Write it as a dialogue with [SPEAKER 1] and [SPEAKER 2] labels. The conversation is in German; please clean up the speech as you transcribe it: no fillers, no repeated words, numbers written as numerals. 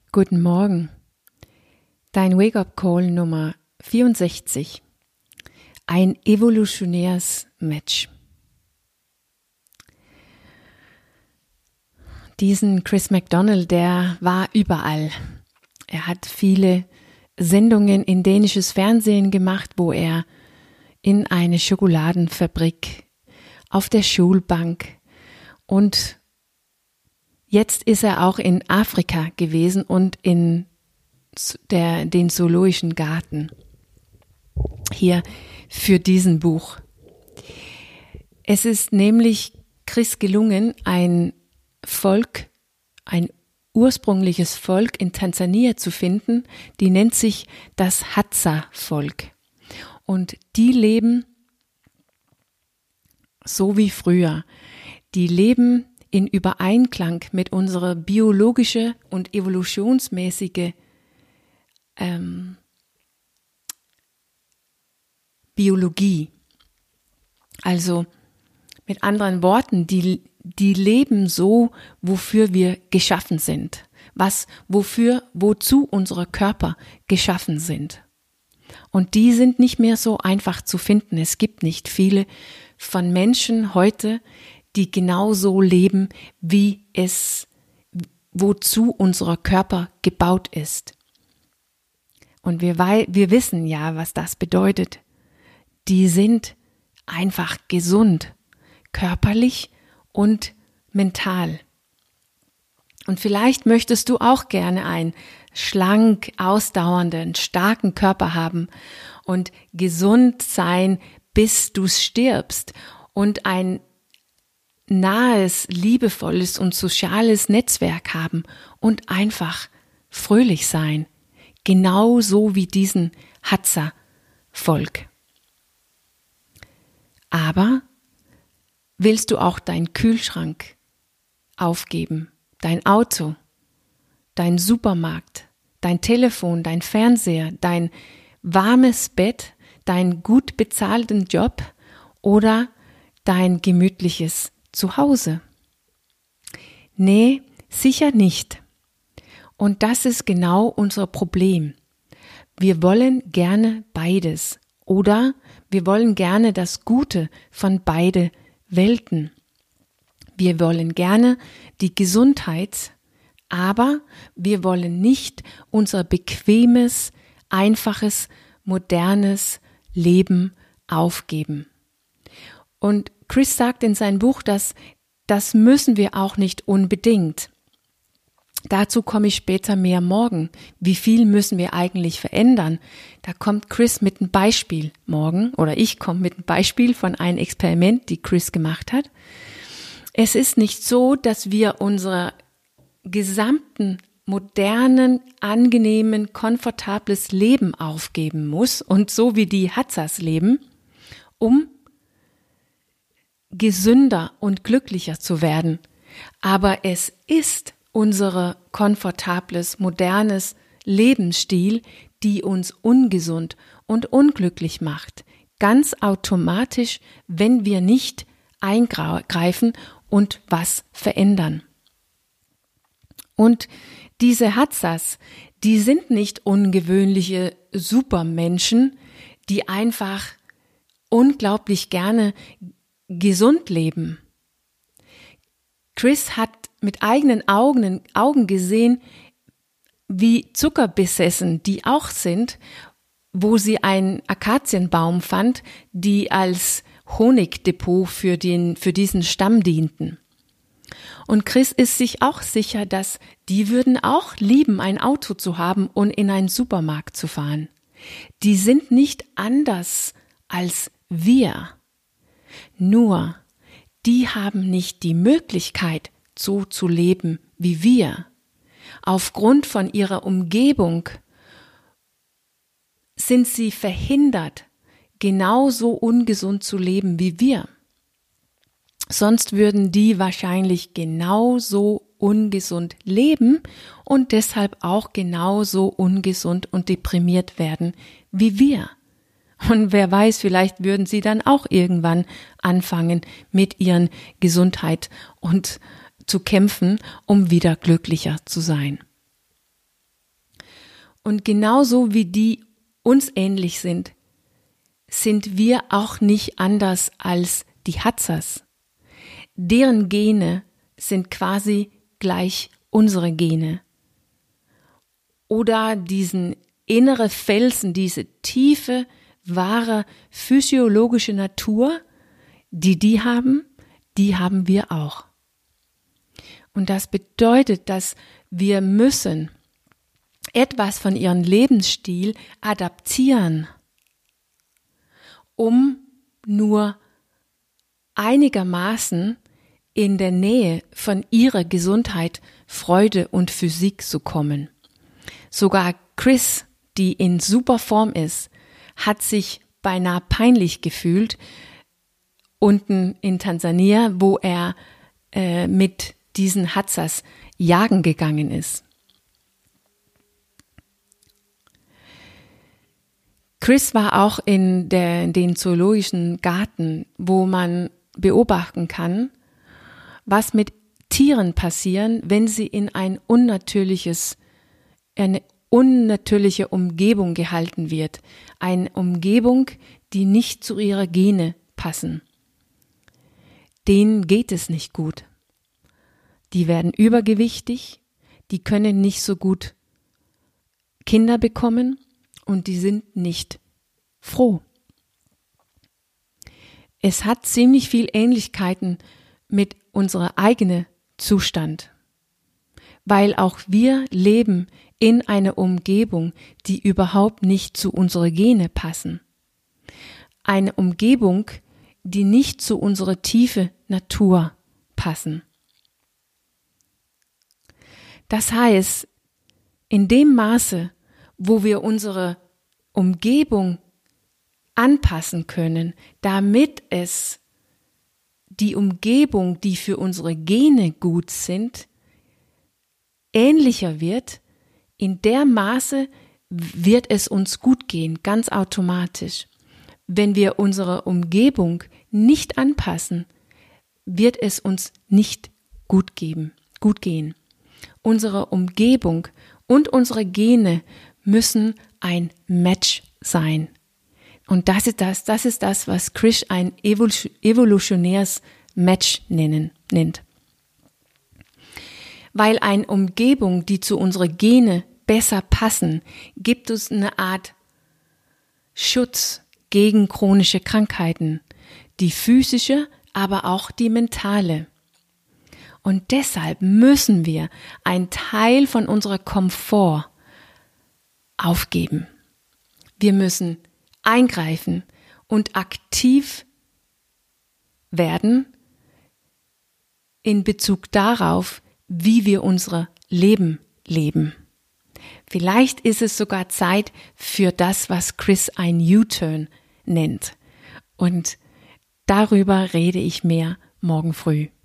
[SPEAKER 1] Guten Morgen. Dein Wake-up-Call Nummer 64. Ein evolutionäres Match. Diesen Chris MacDonald, der war überall. Er hat viele Sendungen in dänisches Fernsehen gemacht, wo er in eine Schokoladenfabrik, auf der Schulbank und jetzt ist er auch in Afrika gewesen und in den Zoologischen Garten hier für diesen Buch. Es ist nämlich Chris gelungen, ein ursprüngliches Volk in Tansania zu finden, die nennt sich das Hadza-Volk. Und die leben so wie früher. Die leben in Übereinklang mit unserer biologische und evolutionsmäßige Biologie. Also mit anderen Worten, die leben so, wofür wir geschaffen sind, wozu unsere Körper geschaffen sind. Und die sind nicht mehr so einfach zu finden. Es gibt nicht viele von Menschen heute, die genauso leben, wozu unser Körper gebaut ist. Und wir wissen ja, was das bedeutet. Die sind einfach gesund, körperlich und mental. Und vielleicht möchtest du auch gerne einen schlank, ausdauernden, starken Körper haben und gesund sein, bis du stirbst und ein nahes, liebevolles und soziales Netzwerk haben und einfach fröhlich sein, genauso wie diesen Hadza-Volk. Aber willst du auch deinen Kühlschrank aufgeben, dein Auto, dein Supermarkt, dein Telefon, dein Fernseher, dein warmes Bett, deinen gut bezahlten Job oder dein gemütliches Zuhause? Nee, sicher nicht. Und das ist genau unser Problem. Wir wollen gerne beides oder wir wollen gerne das Gute von beide Welten. Wir wollen gerne die Gesundheit, aber wir wollen nicht unser bequemes, einfaches, modernes Leben aufgeben. Und Chris sagt in seinem Buch, dass das müssen wir auch nicht unbedingt. Dazu komme ich später mehr morgen. Wie viel müssen wir eigentlich verändern? Da kommt Chris mit einem Beispiel morgen, oder ich komme mit einem Beispiel von einem Experiment, die Chris gemacht hat. Es ist nicht so, dass wir unsere gesamten modernen, angenehmen, komfortables Leben aufgeben muss und so wie die Hadzas leben, um gesünder und glücklicher zu werden. Aber es ist unser komfortables, modernes Lebensstil, die uns ungesund und unglücklich macht. Ganz automatisch, wenn wir nicht eingreifen und was verändern. Und diese Hadzas, die sind nicht ungewöhnliche Supermenschen, die einfach unglaublich gerne gesund leben. Chris hat mit eigenen Augen gesehen, wie zuckerbesessen die auch sind, wo sie einen Akazienbaum fand, die als Honigdepot für diesen Stamm dienten. Und Chris ist sich auch sicher, dass die würden auch lieben, ein Auto zu haben und in einen Supermarkt zu fahren. Die sind nicht anders als wir. Nur, die haben nicht die Möglichkeit, so zu leben wie wir. Aufgrund von ihrer Umgebung sind sie verhindert, genauso ungesund zu leben wie wir. Sonst würden die wahrscheinlich genauso ungesund leben und deshalb auch genauso ungesund und deprimiert werden wie wir. Und wer weiß, vielleicht würden sie dann auch irgendwann anfangen, mit ihren Gesundheit und zu kämpfen, um wieder glücklicher zu sein. Und genauso wie die uns ähnlich sind, sind wir auch nicht anders als die Hatzers. Deren Gene sind quasi gleich unsere Gene. Oder diesen innere Felsen, diese tiefe, wahre physiologische Natur, die haben wir auch. Und das bedeutet, dass wir müssen etwas von ihrem Lebensstil adaptieren, um nur einigermaßen in der Nähe von ihrer Gesundheit, Freude und Physik zu kommen. Sogar Chris, die in super Form ist, hat sich beinahe peinlich gefühlt unten in Tansania, wo er mit diesen Hatzers jagen gegangen ist. Chris war auch in den zoologischen Garten, wo man beobachten kann, was mit Tieren passieren, wenn sie in eine unnatürliche Umgebung gehalten wird. Eine Umgebung, die nicht zu ihrer Gene passen. Denen geht es nicht gut. Die werden übergewichtig, die können nicht so gut Kinder bekommen und die sind nicht froh. Es hat ziemlich viel Ähnlichkeiten mit unserem eigenen Zustand, weil auch wir leben in einer Umgebung, die überhaupt nicht zu unseren Gene passen. Eine Umgebung, die nicht zu unserer tiefen Natur passen. Das heißt, in dem Maße, wo wir unsere Umgebung anpassen können, damit es die Umgebung, die für unsere Gene gut sind, ähnlicher wird, in der Maße wird es uns gut gehen, ganz automatisch. Wenn wir unsere Umgebung nicht anpassen, wird es uns nicht gut gehen. Unsere Umgebung und unsere Gene müssen ein Match sein. Und das ist das, was Chris ein evolutionäres Match nennt. Weil eine Umgebung, die zu unseren Gene besser passen, gibt es eine Art Schutz gegen chronische Krankheiten, die physische, aber auch die mentale. Und deshalb müssen wir einen Teil von unserer Komfort aufgeben. Wir müssen eingreifen und aktiv werden in Bezug darauf, wie wir unser Leben leben. Vielleicht ist es sogar Zeit für das, was Chris ein U-Turn nennt. Und darüber rede ich mehr morgen früh.